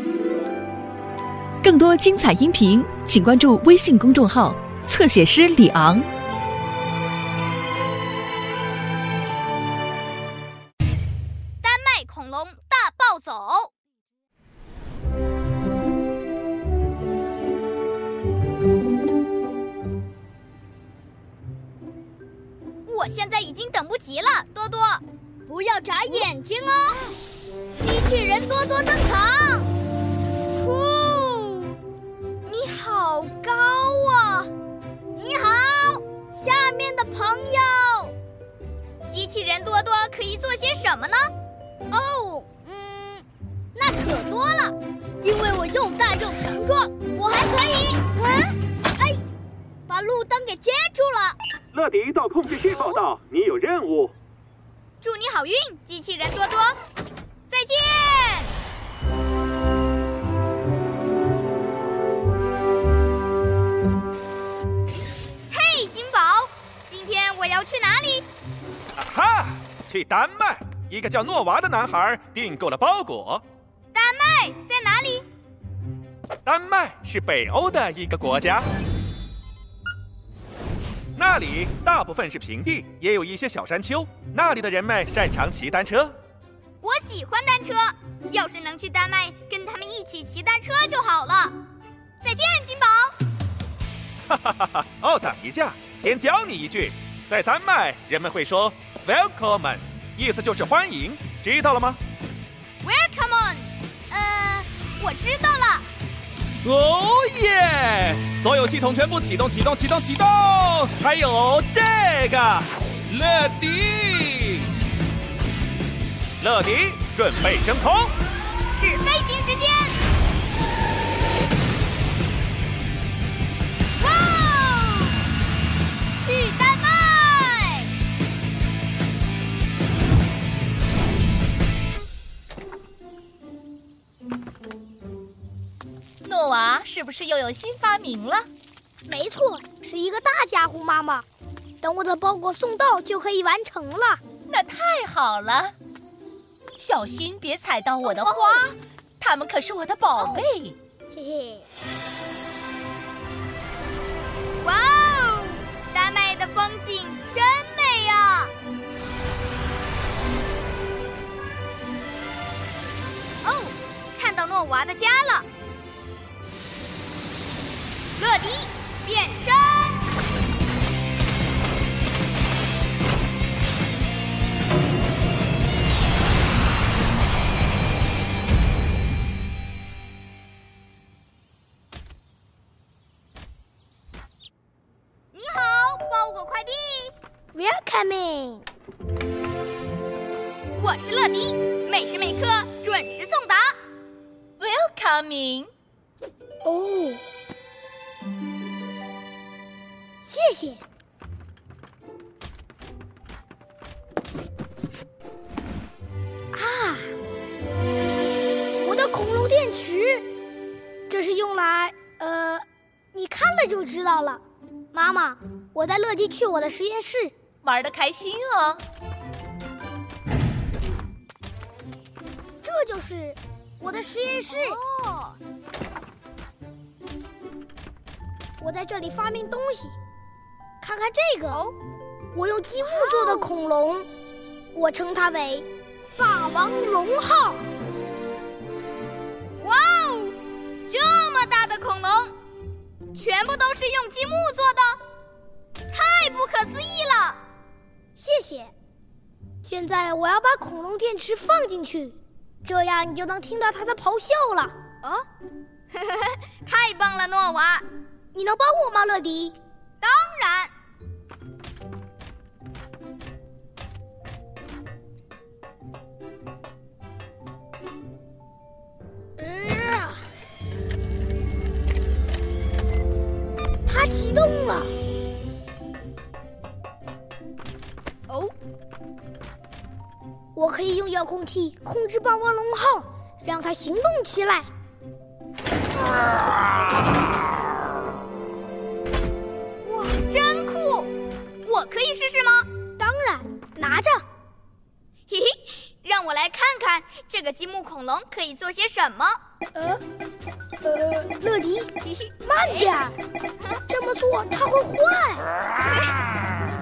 更多精彩音频，请关注微信公众号“侧写师李昂”。 丹麦恐龙大暴走。我现在已经等不及了，多多， 不要眨眼睛哦！机器人多多登场。 你好高啊！ 你好，下面的朋友。 机器人多多可以做些什么呢？ 那可多了，因为我又大又强壮，我还可以，把路灯给接住了。 乐迪到控制室报道，你有任务。 祝你好运，机器人多多，再见。嘿，金宝，今天我要去哪里？ 啊哈，去丹麦。一个叫诺娃的男孩订购了包裹。 丹麦在哪里？ 丹麦是北欧的一个国家，那里大部分是平地，也有一些小山丘。那里的人们擅长骑单车。 我喜欢单车，要是能去丹麦跟他们一起骑单车就好了。再见，金宝。 哈哈哈哈！哦，等一下，先教你一句，在丹麦人们会说 "Welcome"， 意思就是欢迎，知道了吗 ？Welcome on， 我知道了。 哦耶！所有系统全部启动，还有这个，乐迪，准备升空， 是飞行时间。哇！去丹麦！ 诺娃是不是又有新发明了？ 没错，是一个大家伙，妈妈。等我的包裹送到就可以完成了。 那太好了！小心别踩到我的花，它们可是我的宝贝。 嘿嘿。 哇哦，丹麦的风景真美啊！哦，看到诺娃的家了。乐迪变身，你好，包裹快递。 We're coming。 我是乐迪，每时每刻准时送达。 Welcoming。 哦。谢谢。啊，我的恐龙电池，这是用来……你看了就知道了。妈妈，我带乐迪去我的实验室， 玩得开心哦。 这就是我的实验室。 哦， 我在这里发明东西。看看这个，我用积木做的恐龙，我称它为霸王龙号。 哇哦，这么大的恐龙，全部都是用积木做的，太不可思议了！ 谢谢。现在我要把恐龙电池放进去，这样你就能听到它的咆哮了。 哦，太棒了，诺娃！ 你能帮我吗，乐迪？ 当然。 它启动了。 哦， 我可以用遥控器控制霸王龙号，让它行动起来。 哇，真酷！我可以试试吗？ 当然，拿着。 嘿嘿，让让我来看看这个积木恐龙可以做些什么。 乐迪，慢点儿，这么做它会坏。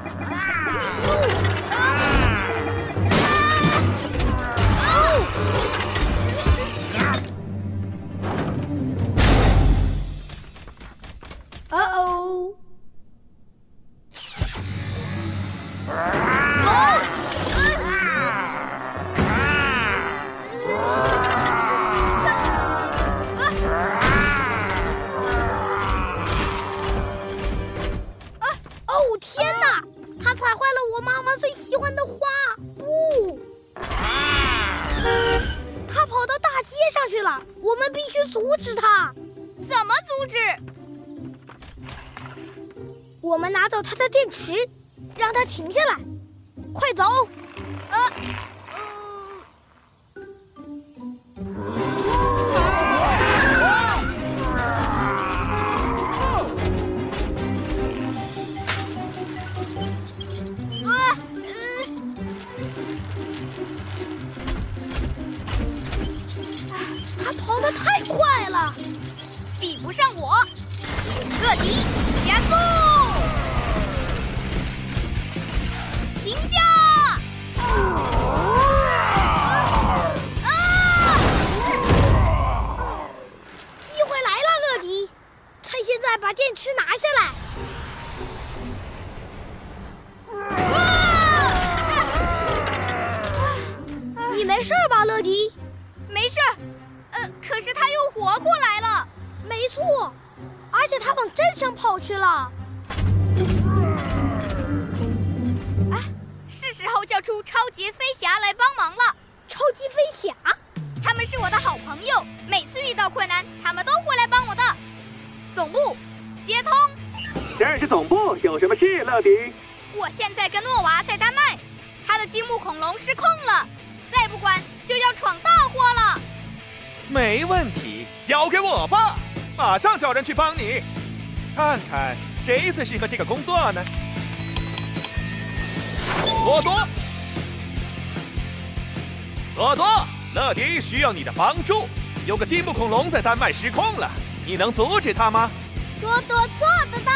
哦。哦天哪！他踩坏了我妈妈最喜欢的花，不！他跑到大街上去了，我们必须阻止他。 怎么阻止？ 我们拿走他的电池，让他停下来。快走！他跑得太快了， 比不上我。乐迪，加速！停下！ 机会来了，乐迪，趁现在把电池拿下来。你没事吧，乐迪？ 没事。可是他又活过来了。 没错，而且他往镇上跑去了。 是时候叫出超级飞侠来帮忙了。 超级飞侠？ 他们是我的好朋友，每次遇到困难，他们都会来帮我的。总部接通。 这是总部，有什么事，乐迪？ 我现在跟诺娃在丹麦，他的积木恐龙失控了，再不管就要闯大祸了。 没问题，交给我吧，马上找人去帮你，看看谁最适合这个工作呢？多多，乐迪需要你的帮助。有个积木恐龙在丹麦失控了，你能阻止它吗？ 多多做得到。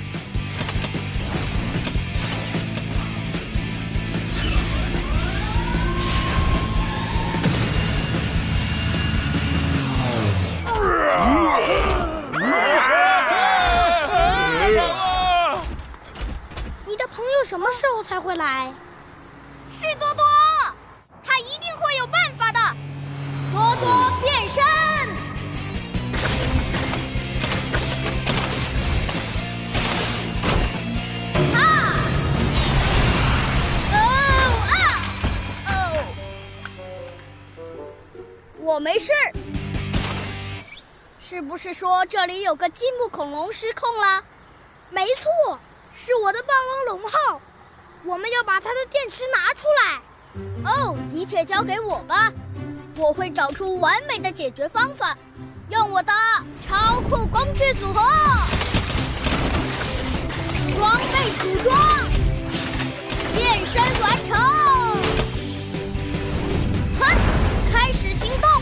你的朋友什么时候才会来？ 是多多，他一定会有办法的。 多多变身！我没事。是不是说这里有个积木恐龙失控了？没错，是我的霸王龙号。我们要把它的电池拿出来。哦，一切交给我吧，我会找出完美的解决方法。用我的超酷工具组合，装备组装，变身完成。哼，开始行动。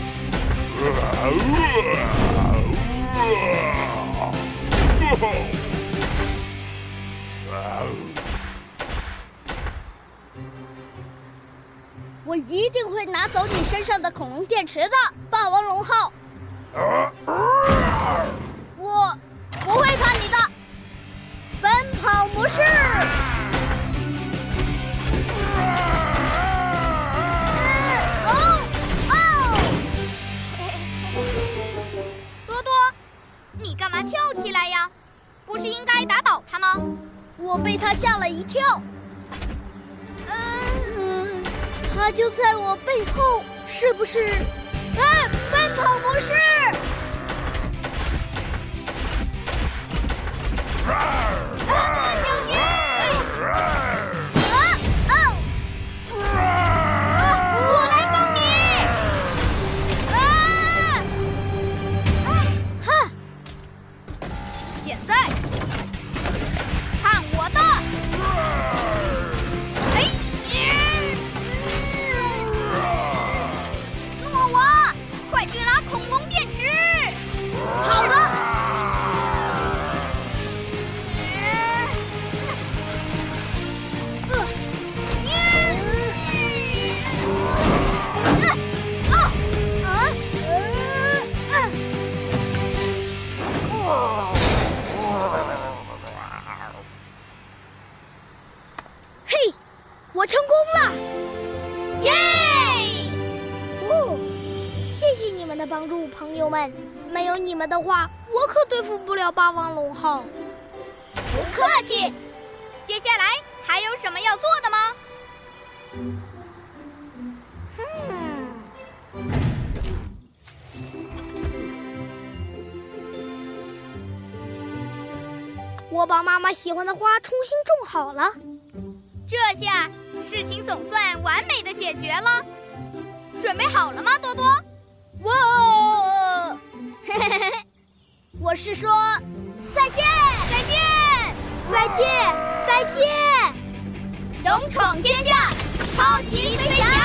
我一定会拿走你身上的恐龙电池的，霸王龙号。我会看你的。奔跑模式。 多多，你干嘛跳起来呀？不是应该打倒他吗？ 我被他吓了一跳。他就在我背后，是不是？奔跑模式！ 小心！我来帮你！现在看我的！ 物朋友们，没有你们的话，我可对付不了霸王龙号。 不客气。接下来还有什么要做的吗？ 我把妈妈喜欢的花重新种好了， 这下事情总算完美的解决了。准备好了吗，多多？ 哇！我是说，再见， 再见， 再见，再见！ 勇闯天下，超级飞侠。